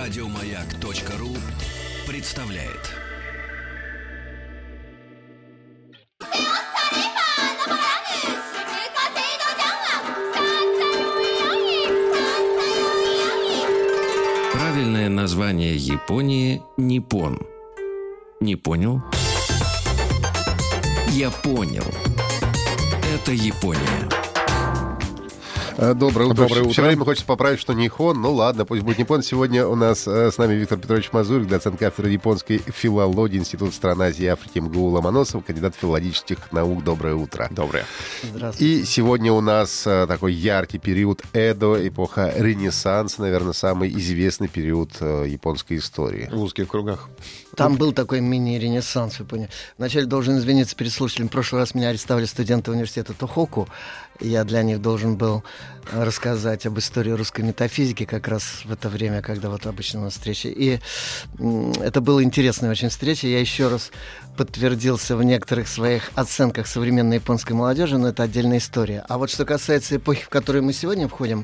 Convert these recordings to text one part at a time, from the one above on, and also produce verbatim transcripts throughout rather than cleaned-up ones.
Радиомаяк.ру представляет. Правильное название Японии – Ниппон. Не понял? Я понял. Это Япония. Доброе утро. Доброе утро. Все время хочется поправить, что Нихон. Ну ладно, пусть будет Ниппон. Сегодня у нас э, с нами Виктор Петрович Мазурик, доцент кафедры японской филологии Института стран Азии и Африки МГУ Ломоносов, кандидат филологических наук. Доброе утро. Доброе. И сегодня у нас э, такой яркий период Эдо, эпоха Ренессанса, наверное, самый известный период э, японской истории. В узких кругах. Там был такой мини-ренессанс, вы поняли. Вначале должен извиниться перед слушателями. В прошлый раз меня арестовали студенты университета Тохоку. Я для них должен был рассказать об истории русской метафизики как раз в это время, когда вот обычно у нас встреча. И м, это была интересная очень встреча. Я еще раз подтвердился в некоторых своих оценках современной японской молодежи, но это отдельная история. А вот что касается эпохи, в которую мы сегодня входим,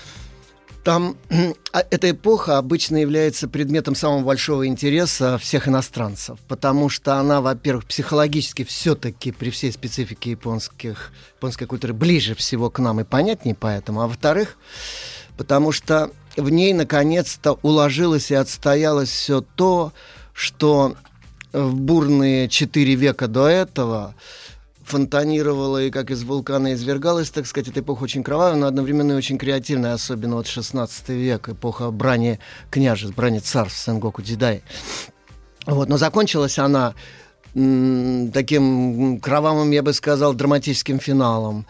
там эта эпоха обычно является предметом самого большого интереса всех иностранцев, потому что она, во-первых, психологически все-таки при всей специфике японских, японской культуры ближе всего к нам и понятнее поэтому, а во-вторых, потому что в ней наконец-то уложилось и отстоялось все то, что в бурные четыре века до этого фонтанировала и как из вулкана извергалась, так сказать. Эта эпоха очень кровавая, но одновременно и очень креативная, особенно вот шестнадцатый век, эпоха брани княжеств, брани царств, Сенгоку Дзидай. Вот, но закончилась она м- таким кровавым, я бы сказал, драматическим финалом.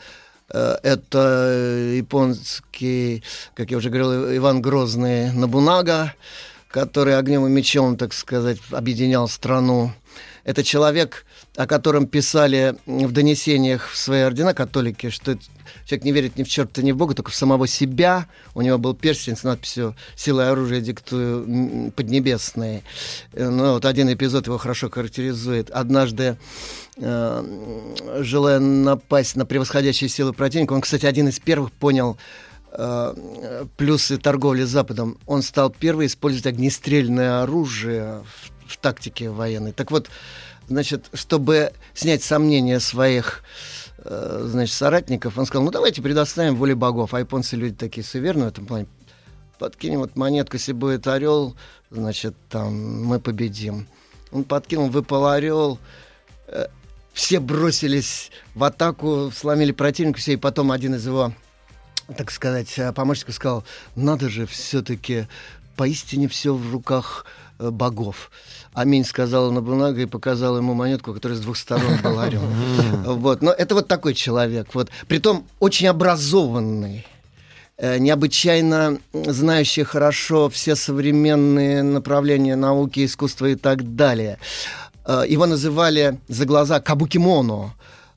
Это японский, как я уже говорил, Иван Грозный Нобунага, который огнем и мечом, так сказать, объединял страну. Это человек, о котором писали в донесениях в свои ордена католики, что человек не верит ни в черта, ни в Бога, только в самого себя. У него был перстень с надписью «Силой оружия диктую поднебесные». Ну, вот один эпизод его хорошо характеризует. Однажды, э, желая напасть на превосходящие силы противника, он, кстати, один из первых понял э, плюсы торговли с Западом. Он стал первым использовать огнестрельное оружие в в тактике военной. Так вот, значит, чтобы снять сомнения своих, э, значит, соратников, он сказал, ну, давайте предоставим воле богов. А японцы люди такие суеверные в этом плане. Подкинем вот монетку, если будет орел, значит, там, мы победим. Он подкинул, выпал орел, э, все бросились в атаку, сломили противника, все, и потом один из его, так сказать, помощников сказал, надо же все-таки, поистине все в руках богов. Аминь, сказала Нобунага и показала ему монетку, которая с двух сторон был орел. Вот. Но это вот такой человек. Вот. Притом очень образованный, необычайно знающий хорошо все современные направления науки, искусства и так далее. Его называли за глаза кабукимоно,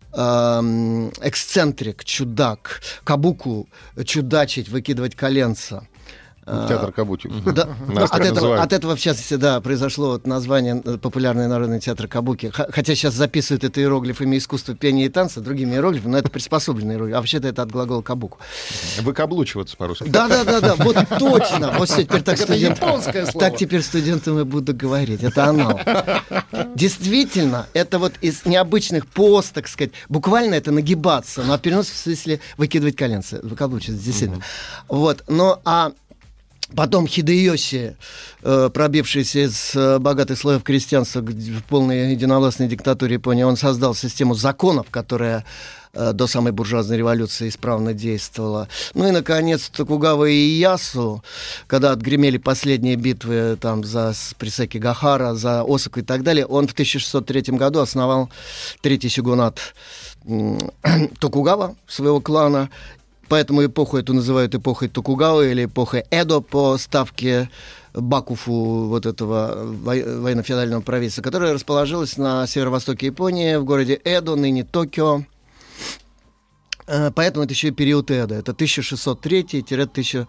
эксцентрик, чудак, кабуку, чудачить, выкидывать коленца. Театр Кабуки. Да, ну, от, этого, от этого, в частности, да, произошло вот название популярный народный театр Кабуки. Х- хотя сейчас записывают это иероглифами искусства пения и танца, другими иероглифами, но это приспособленные иероглифы. А вообще-то это от глагола кабуку. Выкаблучиваться по-русски. Да-да-да, вот точно. Вот теперь так студент... Так теперь студентам и буду говорить. Это анал. Действительно, это вот из необычных поз, так сказать, буквально это нагибаться, но перенос в смысле выкидывать коленца, выкаблучиваться, действительно. Вот, но а потом Хидэёси, э, пробившийся из э, богатых слоев крестьянства в полной единовластной диктатуре Японии, он создал систему законов, которая э, до самой буржуазной революции исправно действовала. Ну и, наконец, Токугава Иэясу, когда отгремели последние битвы там, за при Секигахара, за Осаку и так далее, он в тысяча шестьсот третьем году основал третий сёгунат э, Токугава, своего клана. Поэтому эпоху эту называют эпохой Токугавы или эпохой Эдо по ставке Бакуфу, вот этого во- военно-феодального правительства, которое расположилось на северо-востоке Японии, в городе Эдо, ныне Токио. Поэтому это еще и период Эдо. Это тысяча шестьсот третий - тысяча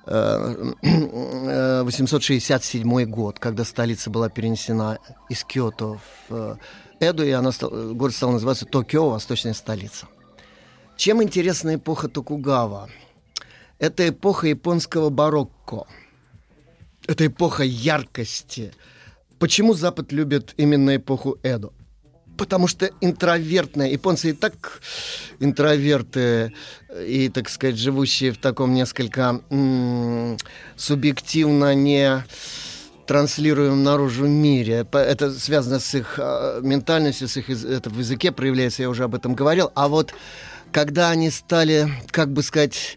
восемьсот шестьдесят седьмой год, когда столица была перенесена из Киото в Эдо, и она стал, город стал называться Токио, восточная столица. Чем интересна эпоха Токугава? Это эпоха японского барокко. Это эпоха яркости. Почему Запад любит именно эпоху Эдо? Потому что интровертные, японцы и так интроверты, и, так сказать, живущие в таком несколько м- субъективно не транслируемом наружу мире. Это связано с их э, ментальностью, с их, это в языке проявляется, я уже об этом говорил. А вот когда они стали, как бы сказать,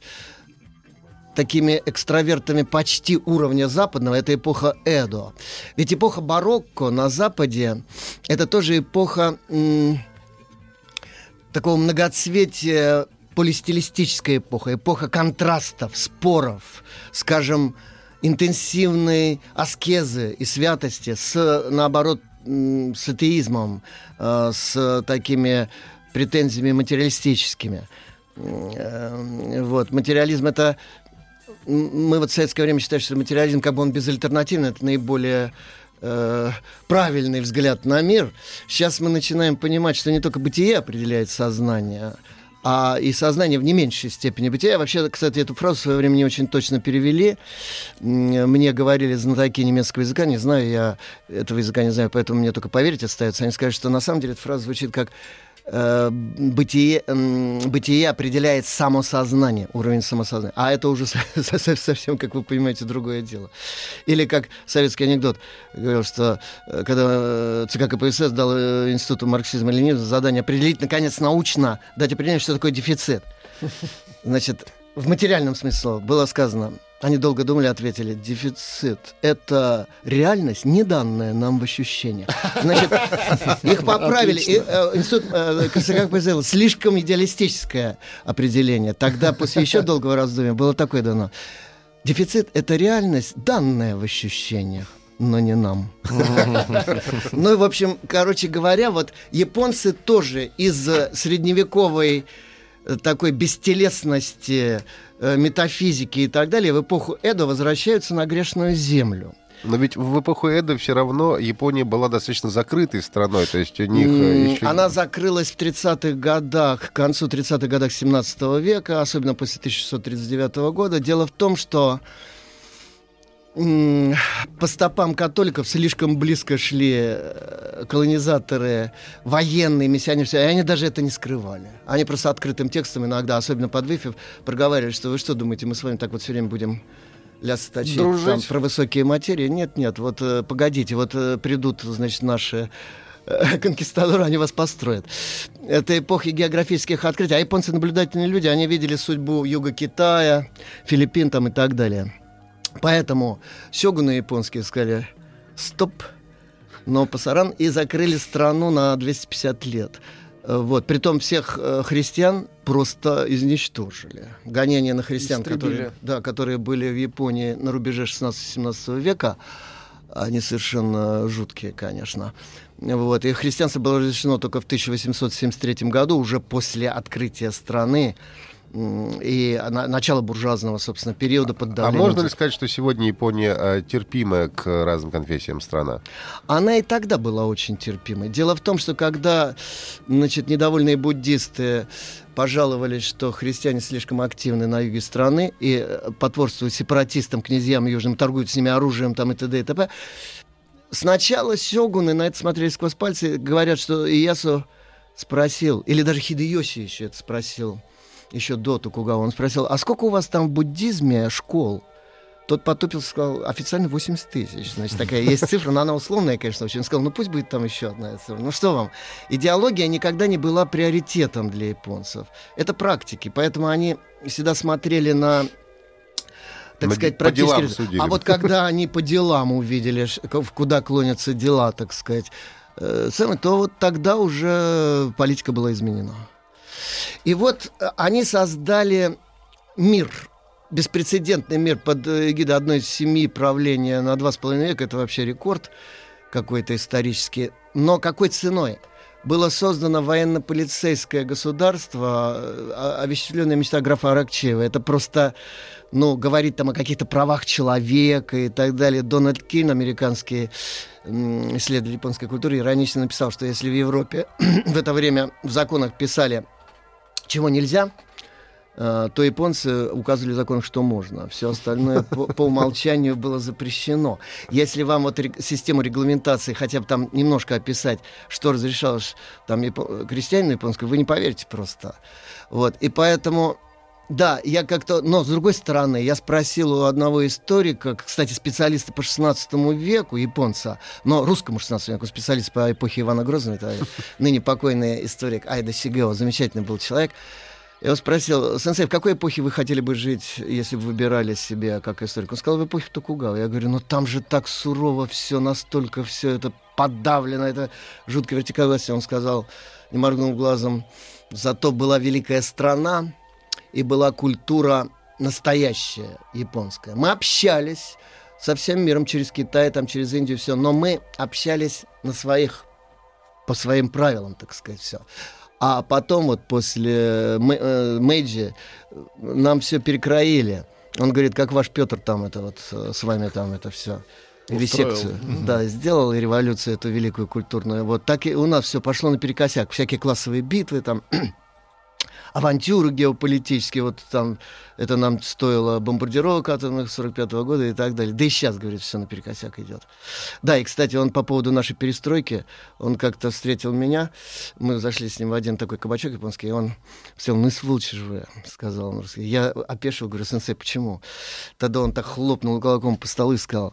такими экстравертами почти уровня западного, это эпоха Эдо. Ведь эпоха барокко на Западе — это тоже эпоха м- такого многоцветия, полистилистическая эпоха, эпоха контрастов, споров, скажем, интенсивной аскезы и святости с, наоборот, м- с атеизмом, э- с такими претензиями материалистическими. Э- вот. Материализм — это... Мы вот в советское время считали, что материализм, как бы он безальтернативный, это наиболее э, правильный взгляд на мир. Сейчас мы начинаем понимать, что не только бытие определяет сознание, а и сознание в не меньшей степени бытия. Вообще, кстати, эту фразу в свое время не очень точно перевели. Мне говорили знатоки немецкого языка, не знаю, я этого языка не знаю, поэтому мне только поверить остается. Они сказали, что на самом деле эта фраза звучит как Бытие, бытие определяет самосознание, уровень самосознания. А это уже совсем, как вы понимаете, другое дело. Или как советский анекдот говорил, что когда ЦК КПСС дал Институту марксизма и ленинизма задание определить, наконец, научно дать определение, что такое дефицит. Значит, в материальном смысле слова было сказано, они долго думали, ответили, дефицит — это реальность, не данная нам в ощущениях. Значит, их поправили. И, э, институт э, КСК КПСС слишком идеалистическое определение. Тогда, после еще долгого раздумья, было такое дано. Дефицит — это реальность, данная в ощущениях, но не нам. Ну и, в общем, короче говоря, вот японцы тоже из средневековой такой бестелесности, метафизики и так далее в эпоху Эдо возвращаются на грешную землю. Но ведь в эпоху Эдо все равно Япония была достаточно закрытой страной, то есть у них mm, еще... Она закрылась в тридцатых годах, к концу тридцатых годах семнадцатого века, особенно после тысяча шестьсот тридцать девятого года. Дело в том, что м- по стопам католиков слишком близко шли колонизаторы, военные, миссионеры, и они даже это не скрывали. Они просто открытым текстом иногда, особенно под Выфив, проговаривали, что вы что думаете, мы с вами так вот все время будем лясы точить там, про высокие материи? Нет, нет, вот э, погодите, вот э, придут, значит, наши э, конкистадоры, они вас построят. Это эпоха географических открытий. А японцы наблюдательные люди, они видели судьбу Юга Китая, Филиппин там и так далее. Поэтому сёгуны японские сказали «стоп», но пасаран, и закрыли страну на двести пятьдесят лет. Вот. Притом всех э, христиан просто изничтожили. Гонения на христиан, которые, да, которые были в Японии на рубеже шестнадцатого-семнадцатого века, они совершенно жуткие, конечно. Вот. И христианство было разрешено только в тысяча восемьсот семьдесят третьем году, уже после открытия страны и на, начало буржуазного, собственно, периода под давлением. А можно ли сказать, что сегодня Япония э, терпимая к разным конфессиям страна? Она и тогда была очень терпимой. Дело в том, что когда, значит, недовольные буддисты пожаловались, что христиане слишком активны на юге страны и потворствуют сепаратистам, князьям южным, торгуют с ними оружием там, и т.д. и т.п., сначала сёгуны на это смотрели сквозь пальцы, говорят, что Иясу спросил, или даже Хидэёси еще это спросил, еще до Токугава, он спросил, а сколько у вас там в буддизме школ? Тот потупился, сказал, официально восемьдесят тысяч. Значит, такая есть цифра, но она условная, конечно, очень. Он сказал, ну пусть будет там еще одна цифра. Ну что вам, идеология никогда не была приоритетом для японцев. Это практики, поэтому они всегда смотрели на, так на, сказать, практически. А вот когда они по делам увидели, куда клонятся дела, так сказать, то вот тогда уже политика была изменена. И вот они создали мир, беспрецедентный мир под эгидой одной из семи правления на два с половиной века. Это вообще рекорд какой-то исторический. Но какой ценой? Было создано военно-полицейское государство, овеществленная мечта графа Аракчеева. Это просто, ну, говорить там о каких-то правах человека и так далее. Дональд Кин, американский исследователь японской культуры, иронично написал, что если в Европе в это время в законах писали, чего нельзя, то японцы указывали в законах, что можно. Все остальное по, по умолчанию было запрещено. Если вам вот ре, систему регламентации хотя бы там немножко описать, что разрешалось там япо- крестьянину японскому, вы не поверите просто. Вот. И поэтому... Да, я как-то... Но, с другой стороны, я спросил у одного историка, кстати, специалиста по шестнадцатому веку, японца, но русскому шестнадцатому веку, специалист по эпохе Ивана Грозного, это ныне покойный историк Айда Сигео, замечательный был человек. Я его спросил: сенсей, в какой эпохе вы хотели бы жить, если бы выбирали себе как историк? Он сказал: в эпохе Токугавы. Я говорю: ну там же так сурово все, настолько все это подавлено, это жуткая вертикаль власти. Он сказал, не моргнув глазом: зато была великая страна, и была культура настоящая, японская. Мы общались со всем миром через Китай, там, через Индию, все, но мы общались на своих, по своим правилам, так сказать, все. А потом вот после Мэйджи нам все перекроили. Он говорит: как ваш Петр там это вот с вами там это все. Висекцию, mm-hmm. да, сделал революцию эту великую культурную. Вот так и у нас все пошло наперекосяк. Всякие классовые битвы там... авантюры геополитические, вот там это нам стоило бомбардировок атомных сорок пятого года и так далее. Да и сейчас, говорит, все наперекосяк идет. Да, и, кстати, он по поводу нашей перестройки, он как-то встретил меня, мы зашли с ним в один такой кабачок японский, и он сказал: ну и сволочи же вы, сказал он. Я опешил, говорю: сенсей, почему? Тогда он так хлопнул кулаком по столу и сказал: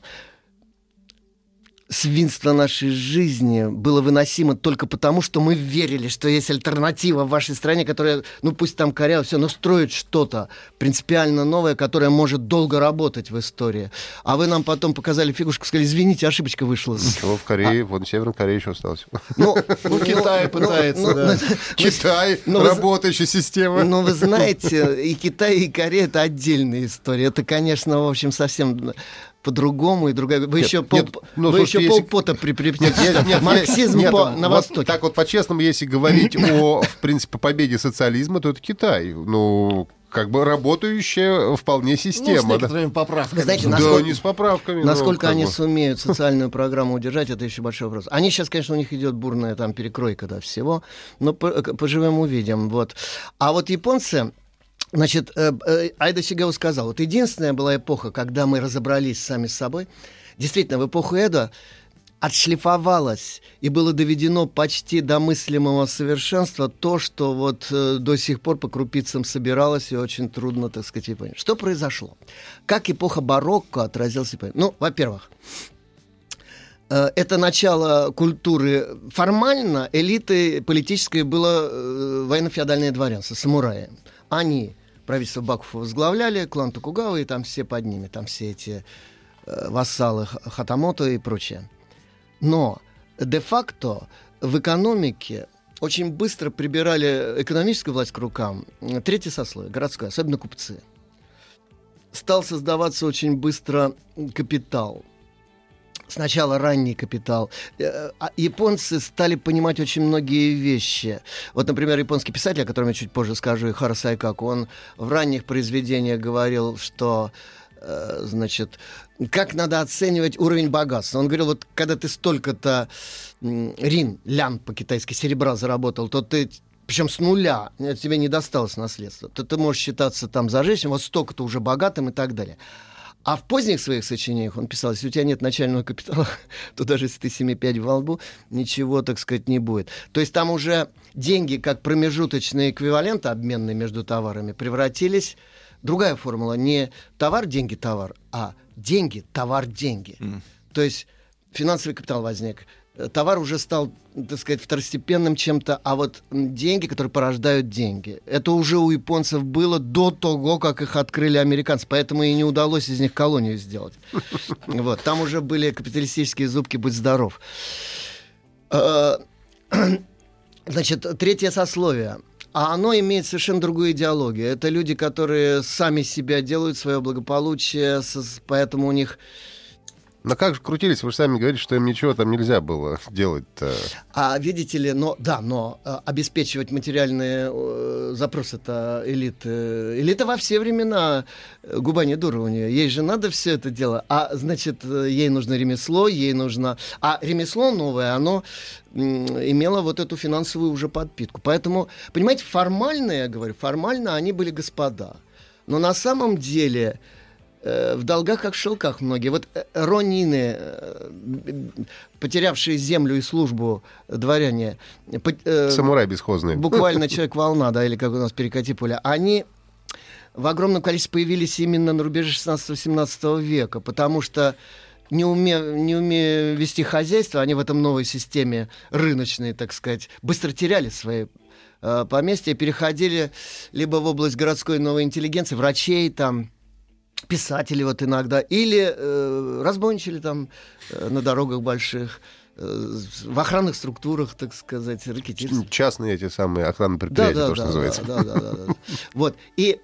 свинство нашей жизни было выносимо только потому, что мы верили, что есть альтернатива в вашей стране, которая, ну пусть там коряво все, но строит что-то принципиально новое, которое может долго работать в истории. А вы нам потом показали фигушку, сказали: извините, ошибочка вышла. Ничего, в Корее, а... вон Северной Корее еще осталось. Ну, Китай пытается, Китай, работающая система. Ну, вы знаете, и Китай, и Корея — это отдельная история. Это, конечно, в общем, совсем... по-другому и другая. Вы нет, еще, пол, нет, ну, вы слушайте, еще если... полпота припрепнете. Марксизм нет, по, на вот Востоке. Так вот, по-честному, если говорить о, в принципе, победе социализма, то это Китай. Ну, как бы работающая вполне система. Ну, с некоторыми да? поправками. Вы знаете, да, насколько, не с поправками. Насколько но, они бы. сумеют социальную программу удержать, это еще большой вопрос. Они сейчас, конечно, у них идет бурная там перекройка да, всего, но поживем увидим. Вот. А вот японцы... Значит, Айда Сигео сказал, вот единственная была эпоха, когда мы разобрались сами с собой. Действительно, в эпоху Эдо отшлифовалось и было доведено почти до мыслимого совершенства то, что вот э, до сих пор по крупицам собиралось и очень трудно, так сказать, понять. Что произошло? Как эпоха барокко отразилась? Ну, во-первых, э, это начало культуры. Формально элитой политической было э, военно-феодальное дворянство, самураи. Они... Правительство Бакуфа возглавляли, клан Токугавы, и там все под ними, там все эти э, вассалы Хатамото и прочее. Но де-факто в экономике очень быстро прибирали экономическую власть к рукам третье сословие, городское, особенно купцы. Стал создаваться очень быстро капитал. Сначала ранний капитал. Японцы стали понимать очень многие вещи. Вот, например, японский писатель, о котором я чуть позже скажу, Ихара Сайкаку, он в ранних произведениях говорил, что, э, значит, как надо оценивать уровень богатства. Он говорил, вот когда ты столько-то м, рин, лян по-китайски, серебра заработал, то ты... Причем с нуля, тебе не досталось наследство. То ты можешь считаться там за женщину, вот столько-то уже богатым и так далее. А в поздних своих сочинениях он писал, если у тебя нет начального капитала, то даже если ты семи пядь во лбу, ничего, так сказать, не будет. То есть там уже деньги, как промежуточные эквиваленты, обменные между товарами, превратились... Другая формула, не товар, деньги, товар, а деньги, товар, деньги. Mm. То есть финансовый капитал возник. Товар уже стал, так сказать, второстепенным чем-то, а вот деньги, которые порождают деньги, это уже у японцев было до того, как их открыли американцы, поэтому и не удалось из них колонию сделать. Вот. Там уже были капиталистические зубки, будь здоров. Значит, третье сословие. А оно имеет совершенно другую идеологию. Это люди, которые сами себя делают, свое благополучие, поэтому у них... Но как же крутились? Вы же сами говорите, что им ничего там нельзя было делать-то. А видите ли, но да, но э, обеспечивать материальные э, запросы-то элиты. Элита во все времена, э, губа не дура у нее. Ей же надо все это дело. А значит, э, ей нужно ремесло, ей нужно... А ремесло новое, оно э, имело вот эту финансовую уже подпитку. Поэтому, понимаете, формально, я говорю, формально они были господа. Но на самом деле... В долгах, как в шелках многие. Вот ронины, потерявшие землю и службу дворяне... Самурай бесхозные. Буквально человек-волна, да, или как у нас перекати поле. Они в огромном количестве появились именно на рубеже шестнадцатого-семнадцатого века, потому что не умея, не умея вести хозяйство, они в этом новой системе рыночной, так сказать, быстро теряли свои э, поместья, переходили либо в область городской новой интеллигенции, врачей там, писатели вот иногда, или э, разбойничали там э, на дорогах больших, э, в охранных структурах, так сказать, рэкетирстве. Частные эти самые охранные предприятия, да, да, то, что да, называется. Да, да, да, да. Вот, и,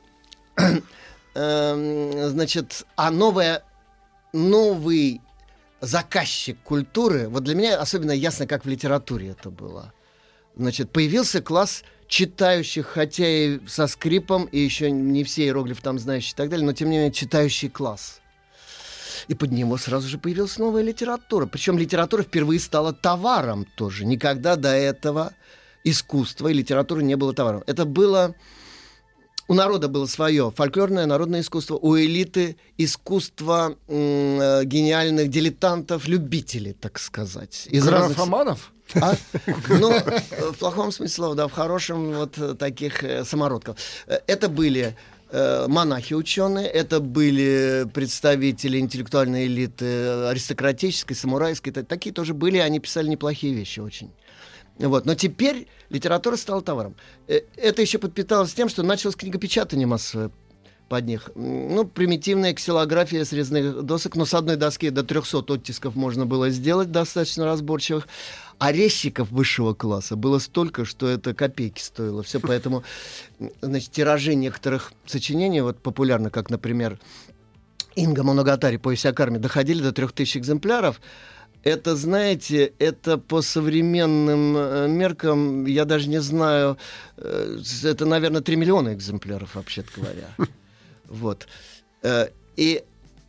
э, значит, а новая, новый заказчик культуры, вот для меня особенно ясно, как в литературе это было. Значит, появился класс читающих, хотя и со скрипом, и еще не все иероглифы там знающие и так далее, но тем не менее читающий класс. И под него сразу же появилась новая литература. Причем литература впервые стала товаром тоже. Никогда до этого искусство и литература не было товаром. Это было... У народа было свое фольклорное народное искусство, у элиты искусство м- гениальных дилетантов, любителей, так сказать. Из графоманов? А? Ну, в плохом смысле слова, да, в хорошем вот таких э, самородков. Это были э, монахи-ученые, это были представители интеллектуальной элиты аристократической, самурайской, такие тоже были, они писали неплохие вещи очень. Вот. Но теперь литература стала товаром. Это еще подпиталось тем, что началось книгопечатание массовое под них. Ну, примитивная ксилография с резных досок, но с одной доски до трехсот оттисков можно было сделать, достаточно разборчивых. А резчиков высшего класса было столько, что это копейки стоило. Все, поэтому, значит, тиражи некоторых сочинений, вот популярно, как, например, Инга Моногатари «Повесть о карме», доходили до трех тысяч экземпляров. Это, знаете, это по современным э, меркам, я даже не знаю, э, это, наверное, три миллиона экземпляров, вообще-то говоря. Вот. Э, и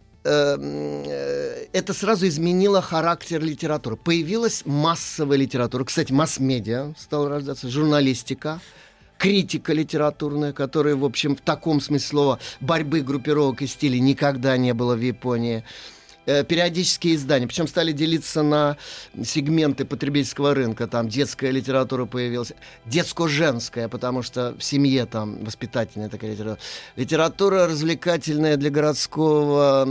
э, это сразу изменило характер литературы. Появилась массовая литература. Кстати, масс-медиа стала рождаться, журналистика, критика литературная, которая, в общем, в таком смысле слова борьбы группировок и стилей никогда не было в Японии. Периодические издания, причем стали делиться на сегменты потребительского рынка. Там детская литература появилась, детско-женская, потому что в семье там воспитательная такая литература. Литература развлекательная для городского,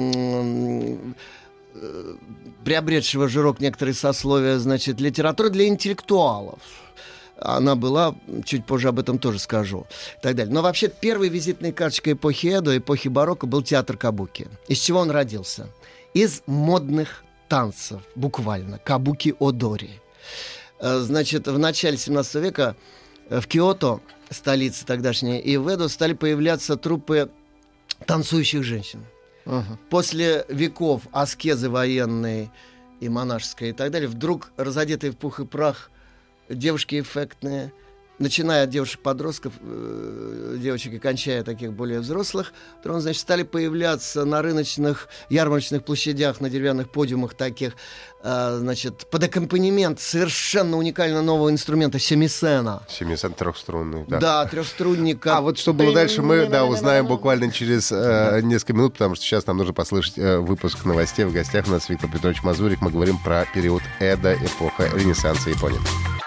приобретшего жирок некоторые сословия, значит, литература для интеллектуалов. Она была, чуть позже об этом тоже скажу, и так далее. Но вообще первой визитной карточкой эпохи Эдо, эпохи барокко был театр кабуки. Из чего он родился? Из модных танцев, буквально, кабуки-одори. Значит, в начале семнадцатого века в Киото, столице тогдашней, и в Эдо стали появляться труппы танцующих женщин. Uh-huh. После веков аскезы военной и монашеской и так далее, вдруг разодетые в пух и прах девушки эффектные, начиная от девушек-подростков, э, девочек и кончая таких более взрослых, которые, значит, стали появляться на рыночных, ярмарочных площадях, на деревянных подиумах таких, э, значит, под аккомпанемент совершенно уникально нового инструмента семисена. Семисен трехструнный, да. Да, трехструнника. А вот что было дальше, мы, да, узнаем буквально через э, несколько минут, потому что сейчас нам нужно послушать э, выпуск новостей. В гостях у нас Виктор Петрович Мазурик. Мы говорим про период Эдо, эпоха Ренессанса Японии.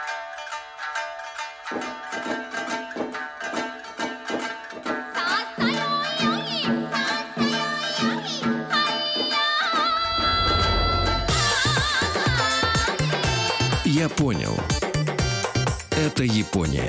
Я понял. Это Япония.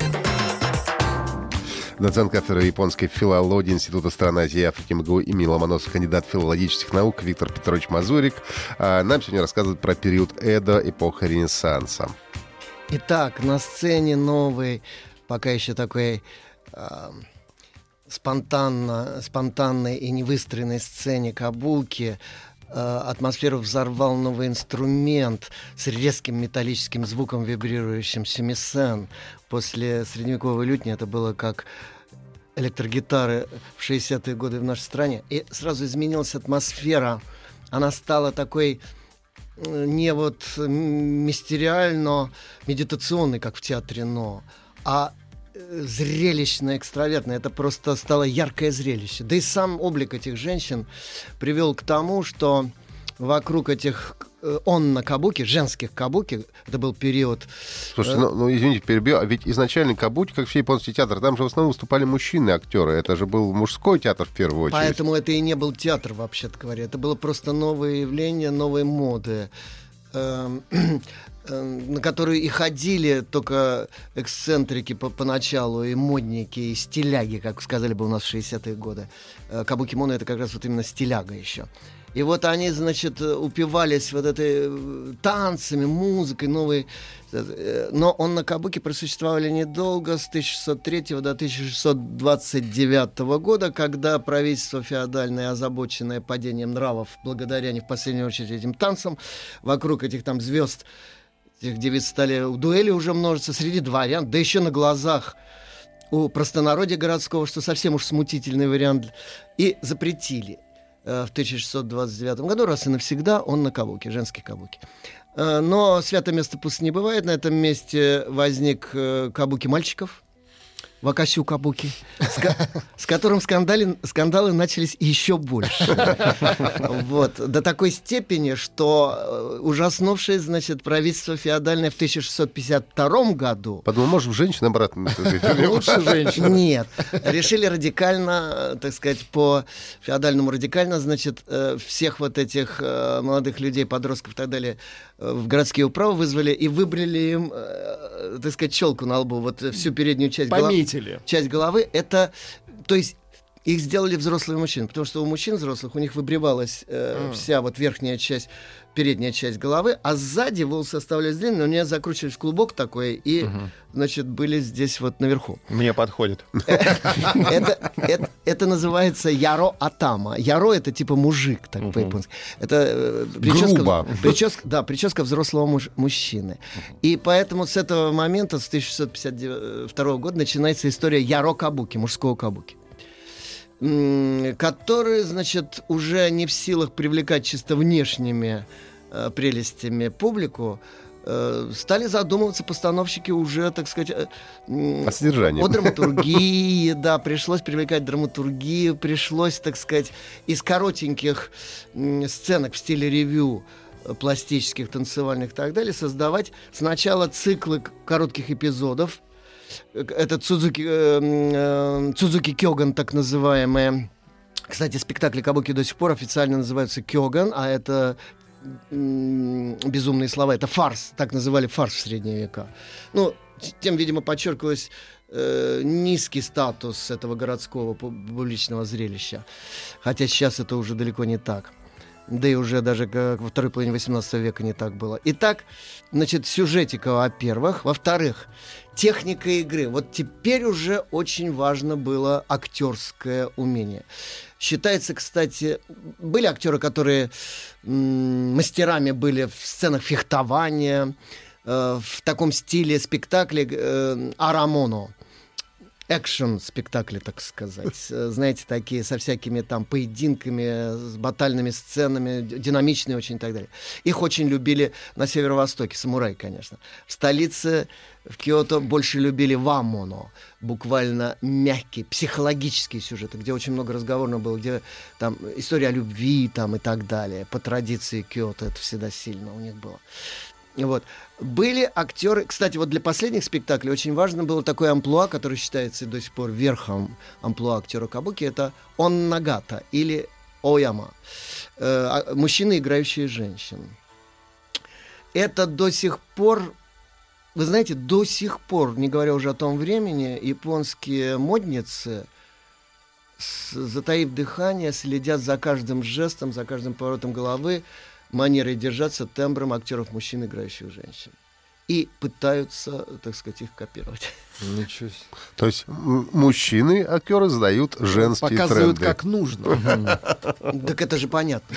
Доцент кафедры японской филологии Института стран Азии и Африки МГУ имени Ломоносова, кандидат филологических наук Виктор Петрович Мазурик нам сегодня рассказывает про период Эдо, эпоха Ренессанса. Итак, на сцене новой, пока еще такой э, спонтанно, спонтанной и невыстроенной сцене кабуки атмосферу взорвал новый инструмент с резким металлическим звуком, вибрирующим семисен. После средневековой лютни это было как электрогитары в шестидесятые годы в нашей стране. И сразу изменилась атмосфера. Она стала такой не вот мистериально-медитационной, как в театре «Но», а зрелищно, экстравертно. Это просто стало яркое зрелище. Да и сам облик этих женщин привел к тому, что вокруг этих онна кабуки, женских кабуки, это был период... Слушайте, ну, ну извините, перебью, а ведь изначально кабуки, как все японские театры, там же в основном выступали мужчины-актеры. Это же был мужской театр в первую очередь. Поэтому это и не был театр, вообще-то говоря. Это было просто новое явление, новые моды, на которые и ходили только эксцентрики по поначалу, и модники, и стиляги, как сказали бы у нас в шестидесятые годы. Кабуки-моно — это как раз вот именно стиляга еще. И вот они, значит, упивались вот этой танцами, музыкой новой. Но онна кабуки просуществовали недолго, с тысяча шестьсот третьего до тысяча шестьсот двадцать девятого года, когда правительство феодальное, озабоченное падением нравов, благодаря не в последнюю очередь этим танцам, вокруг этих там звезд, этих девиц стали дуэли уже множиться среди дворян, да еще на глазах у простонародья городского, что совсем уж смутительный вариант, и запретили в тысяча шестьсот двадцать девятом году раз и навсегда онна кабуки, женские кабуки. Но святое место пусто не бывает. На этом месте возник кабуки мальчиков, вакасю кабуки, с, ко- с которым скандали, скандалы начались еще больше. Вот. До такой степени, что ужаснувшее, значит, правительство феодальное в тысяча шестьсот пятьдесят втором году... Подумал, может, женщин обратно? Лучше женщин. Нет. Решили радикально, так сказать, по феодальному радикально, значит, всех вот этих молодых людей, подростков и так далее в городские управы вызвали и выбрали им, так сказать, челку на лбу, вот всю переднюю часть головы. Часть головы, это, то есть их сделали взрослые мужчины, потому что у мужчин взрослых у них выбривалась э, mm. вся вот верхняя часть, передняя часть головы, а сзади волосы оставлялись длинные, но они закручивались в клубок такой и, mm-hmm. значит, были здесь вот наверху. Мне подходит. Это называется яро атама. Яро — это типа мужик, так по-японски. Это прическа, да, прическа взрослого мужчины. И поэтому с этого момента, с тысяча шестьсот пятьдесят второго года, начинается история яро кабуки, мужского кабуки, которые, значит, уже не в силах привлекать чисто внешними э, прелестями публику, э, стали задумываться постановщики уже, так сказать, э, о содержании. О драматургии, да, пришлось привлекать драматургию, пришлось, так сказать, из коротеньких э, сценок в стиле ревю, э, пластических, танцевальных и так далее, создавать сначала циклы коротких эпизодов. Это Цудзуки, э, э, Цудзуки Кёган, так называемые. Кстати, спектакли кабуки до сих пор официально называются Кёган, а это э, безумные слова, это фарс, так называли фарс в средние века. Ну, тем, видимо, подчеркивалось э, низкий статус этого городского публичного зрелища. Хотя сейчас это уже далеко не так. Да и уже даже во второй половине восемнадцатого века не так было. Итак, значит, сюжетика, во-первых. Во-вторых, техника игры. Вот теперь уже очень важно было актерское умение. Считается, кстати, были актеры, которые м- мастерами были в сценах фехтования, э, в таком стиле спектакля э, арамоно. Экшн-спектакли, так сказать. Знаете, такие со всякими там поединками, с батальными сценами, динамичные очень и так далее. Их очень любили на северо-востоке, самураи, конечно. В столице, в Киото, больше любили вамоно, буквально мягкие, психологические сюжеты, где очень много разговорного было, где там история о любви там, и так далее. По традиции Киото это всегда сильно у них было. Вот. Были актеры, кстати, вот для последних спектаклей очень важно было такое амплуа, которое считается до сих пор верхом амплуа актера кабуки, это оннагата или ояма, э, мужчины, играющие женщин. Это до сих пор, вы знаете, до сих пор, не говоря уже о том времени, японские модницы, с, затаив дыхание, следят за каждым жестом, за каждым поворотом головы, манерой держаться, тембром актеров мужчин, играющих женщин. И пытаются, так сказать, их копировать. Ничего себе. То есть м- мужчины, актеры, задают женские Показывают, тренды. как нужно. Так это же понятно.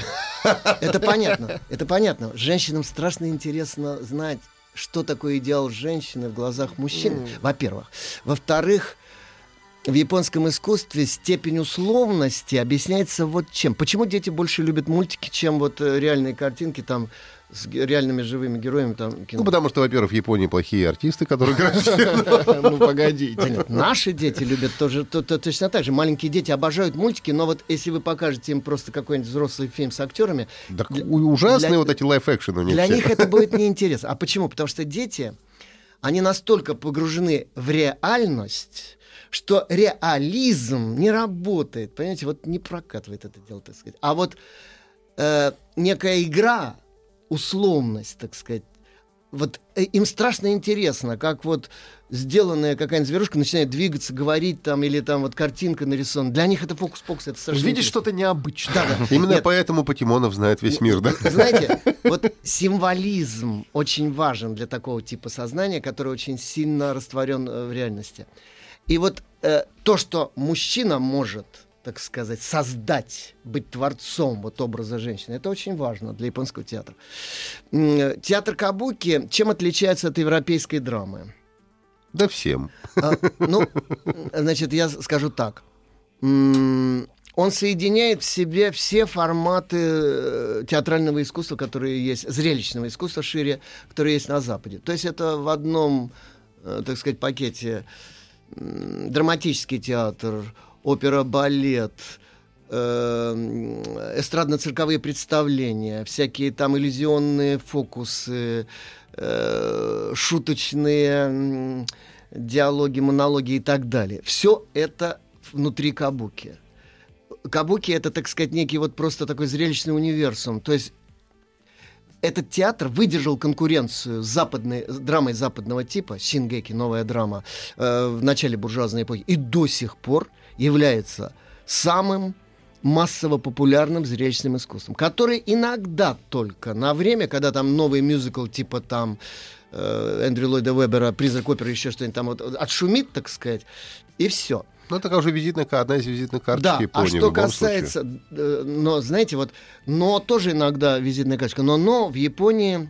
Это понятно, это понятно. Женщинам страшно интересно знать, что такое идеал женщины в глазах мужчины, mm. во-первых. Во-вторых, в японском искусстве степень условности объясняется вот чем. Почему дети больше любят мультики, чем вот реальные картинки там с реальными живыми героями там кино? Ну, потому что, во-первых, в Японии плохие артисты, которые играют. Ну, погодите. Наши дети любят тоже точно так же. Маленькие дети обожают мультики, но вот если вы покажете им просто какой-нибудь взрослый фильм с актерами... Так ужасные вот эти лайф-экшены у них. Для них это будет неинтересно. А почему? Потому что дети, они настолько погружены в реальность, что реализм не работает. Понимаете, вот не прокатывает это дело, так сказать. А вот э, некая игра, условность, так сказать, вот э, им страшно интересно, как вот сделанная какая-нибудь зверушка начинает двигаться, говорить там, или там вот картинка нарисована. Для них это фокус-покус, это страшно. Видишь что-то необычное. Да, да. Именно Нет. поэтому Покемонов знает весь мир, да? Знаете, вот символизм очень важен для такого типа сознания, который очень сильно растворен э, в реальности. И вот э, то, что мужчина может, так сказать, создать, быть творцом вот образа женщины, это очень важно для японского театра. М- Театр кабуки чем отличается от европейской драмы? Да всем. А, ну, значит, я скажу так. М- Он соединяет в себе все форматы театрального искусства, которые есть, зрелищного искусства шире, которые есть на Западе. То есть это в одном, так сказать, пакете драматический театр, опера, балет, эстрадно-цирковые представления, всякие там иллюзионные фокусы, шуточные диалоги, монологи и так далее. Все это внутри кабуки. Кабуки — это, так сказать, некий вот просто такой зрелищный универсум. То есть этот театр выдержал конкуренцию с западной, с драмой западного типа, сингеки, новая драма, э, в начале буржуазной эпохи, и до сих пор является самым массово популярным зрелищным искусством, который иногда только на время, когда там новый мюзикл типа там э, Эндрю Ллойда Вебера, «Призрак оперы», еще что-нибудь там вот отшумит, так сказать, и все. Ну, это уже визитная, одна из визитных карточек Да, Японии. а что касается, э, но, знаете, вот, но тоже иногда визитная карточка, но, но в Японии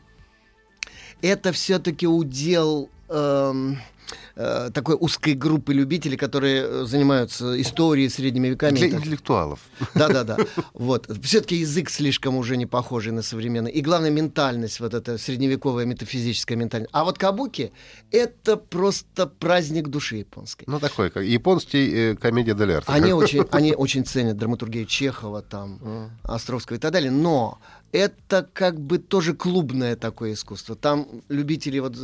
это все-таки удел эм, э, такой узкой группы любителей, которые занимаются историей, средними веками. Для интеллектуалов. Да-да-да. Вот. Все-таки язык слишком уже не похожий на современный. И главное, ментальность, вот эта средневековая метафизическая ментальность. А вот кабуки — это просто праздник души японской. Ну, такой, как японский э, комедия дель арте. Они очень, они очень ценят драматургию Чехова, там, mm. Островского и так далее. Но это как бы тоже клубное такое искусство. Там любителей вот,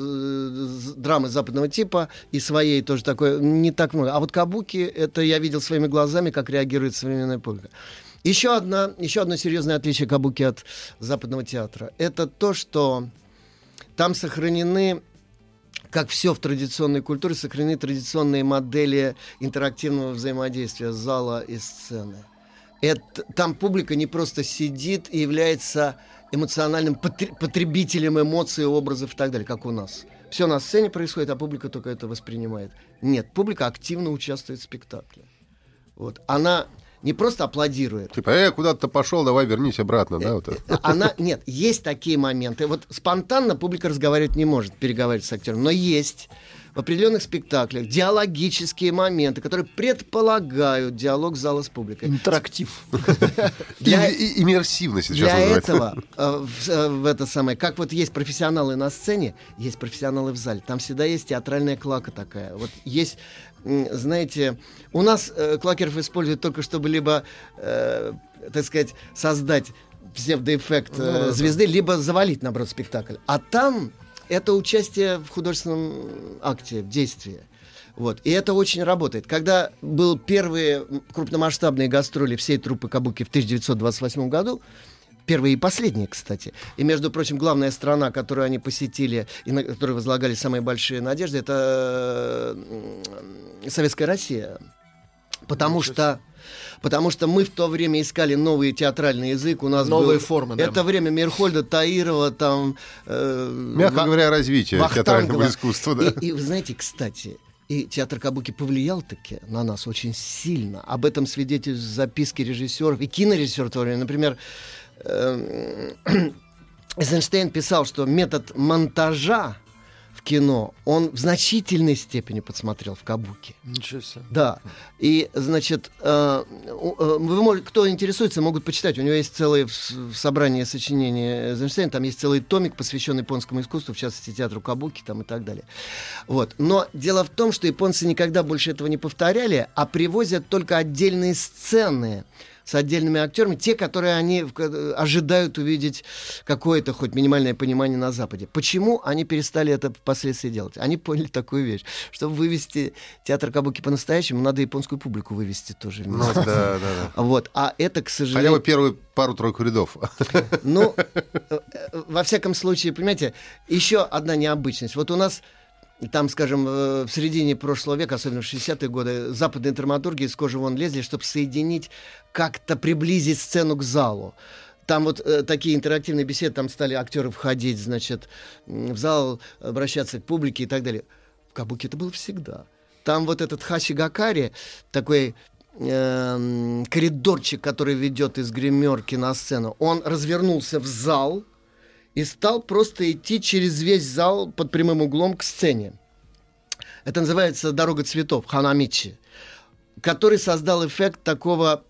драмы западного типа и своей тоже такое не так много. А вот кабуки — это я видел своими глазами, как реагирует современная публика. Еще, одна, еще одно серьезное отличие кабуки от западного театра — это то, что там сохранены, как все в традиционной культуре, сохранены традиционные модели интерактивного взаимодействия зала и сцены. Это, там публика не просто сидит и является эмоциональным потребителем эмоций, образов и так далее, как у нас. Все на сцене происходит, а публика только это воспринимает. Нет, публика активно участвует в спектакле. Вот. Она не просто аплодирует. Типа, э, куда-то пошел, давай вернись обратно, да? Вот это. Она, нет, есть такие моменты. Вот спонтанно публика разговаривать не может, переговаривать с актером, но есть в определенных спектаклях диалогические моменты, которые предполагают диалог зала с публикой. Интерактив. Для... И, и, иммерсивность сейчас Для называется. этого, э, в, э, в это самое, как вот есть профессионалы на сцене, есть профессионалы в зале. Там всегда есть театральная клака такая. Вот есть, знаете, у нас э, клакеров используют только чтобы либо, э, так сказать, создать псевдоэффект э, ну, звезды, да. либо завалить, наоборот, спектакль. А там это участие в художественном акте, в действии. Вот. И это очень работает. Когда был первые крупномасштабные гастроли всей труппы кабуки в тысяча девятьсот двадцать восьмом году, первые и последние, кстати, и, между прочим, главная страна, которую они посетили, и на которой возлагали самые большие надежды, это Советская Россия. Потому что... Потому что мы в то время искали новый театральный язык. У нас новые был... формы, да. Это время Мирхольда, Таирова, там... Э, Мягко Ва... говоря, развитие Вахтангова. театрального искусства. Да. И, и, вы знаете, кстати, и театр кабуки повлиял таки на нас очень сильно. Об этом свидетельствуют записки режиссеров и кинорежиссеров в то время. Например, э, Эйзенштейн писал, что метод монтажа в кино он в значительной степени подсмотрел в Кабуки. Ничего себе. Да. И, значит, э, вы можете, кто интересуется, могут почитать. У него есть целое собрание сочинений Эйзенштейна, там есть целый томик, посвященный японскому искусству, в частности, театру Кабуки там, и так далее. Вот. Но дело в том, что японцы никогда больше этого не повторяли, а привозят только отдельные сцены с отдельными актерами, те, которые они ожидают увидеть какое-то хоть минимальное понимание на Западе. Почему они перестали это впоследствии делать? Они поняли такую вещь. Чтобы вывести театр Кабуки по-настоящему, надо японскую публику вывести тоже. Ну, да, да, да. Вот. А это, к сожалению... Хотя бы первую пару-тройку рядов. Ну, во всяком случае, понимаете, еще одна необычность. Вот у нас там, скажем, в середине прошлого века, особенно в шестидесятые годы, западные драматурги из кожи вон лезли, чтобы соединить, как-то приблизить сцену к залу. Там вот э, такие интерактивные беседы, там стали актеры входить, значит, в зал, обращаться к публике и так далее. В Кабуки это было всегда. Там вот этот хасигакари, такой э, коридорчик, который ведет из гримерки на сцену, он развернулся в зал и стал просто идти через весь зал под прямым углом к сцене. Это называется «Дорога цветов», ханамичи, который создал эффект такого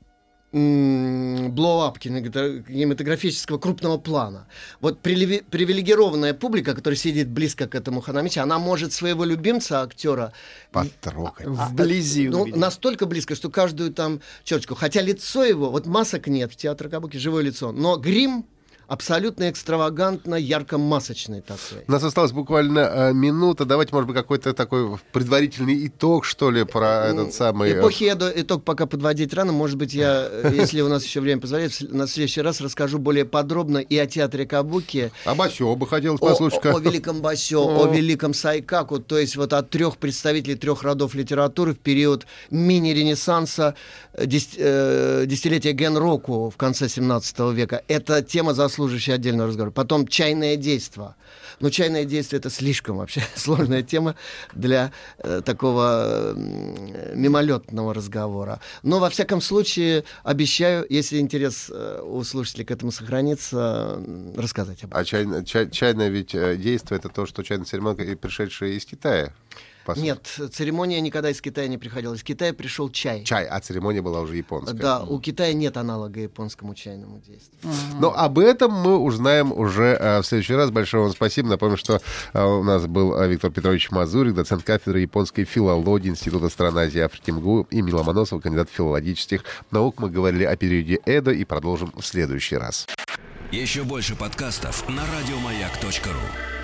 блоу-ап кинематографического крупного плана. Вот привилегированная публика, которая сидит близко к этому ханамичи, она может своего любимца, актера, потрогать. Вблизи ну, увидеть. настолько близко, что каждую там черточку. Хотя лицо его, вот масок нет в театре Кабуки, живое лицо, но грим абсолютно экстравагантно, ярко-масочный такой. У нас осталась буквально э, минута. Давайте, может быть, какой-то такой предварительный итог, что ли, про этот самый... Эпохи я итог пока подводить рано. Может быть, я, если у нас еще время позволяет, на следующий раз расскажу более подробно и о театре Кабуки. А Басё бы хотелось о, послушать. О, о великом Басё, о великом Сайкаку. То есть вот от трех представителей трех родов литературы в период мини-ренессанса, дес, э, десятилетия Генроку в конце семнадцатого века. Это тема заслуживает служащий отдельного разговора. Потом чайное действо. Но чайное действие — это слишком вообще сложная тема для э, такого э, мимолетного разговора. Но, во всяком случае, обещаю, если интерес э, у слушателей к этому сохранится, э, рассказать об этом. А чай, чай, чайное ведь действие — это то, что чайная церемония, пришедшая из Китая? Нет, церемония никогда из Китая не приходила. Из Китая пришел чай. Чай, а церемония была уже японская. Да, у Китая нет аналога японскому чайному действию. Но об этом мы узнаем уже а, в следующий раз. Большое вам спасибо. Напомню, что а, у нас был а, Виктор Петрович Мазурик, доцент кафедры японской филологии Института стран Азии и Африки МГУ, и Мила Ломоносова, кандидат филологических наук. Мы говорили о периоде Эдо и продолжим в следующий раз. Еще больше подкастов на радиомаяк точка ру.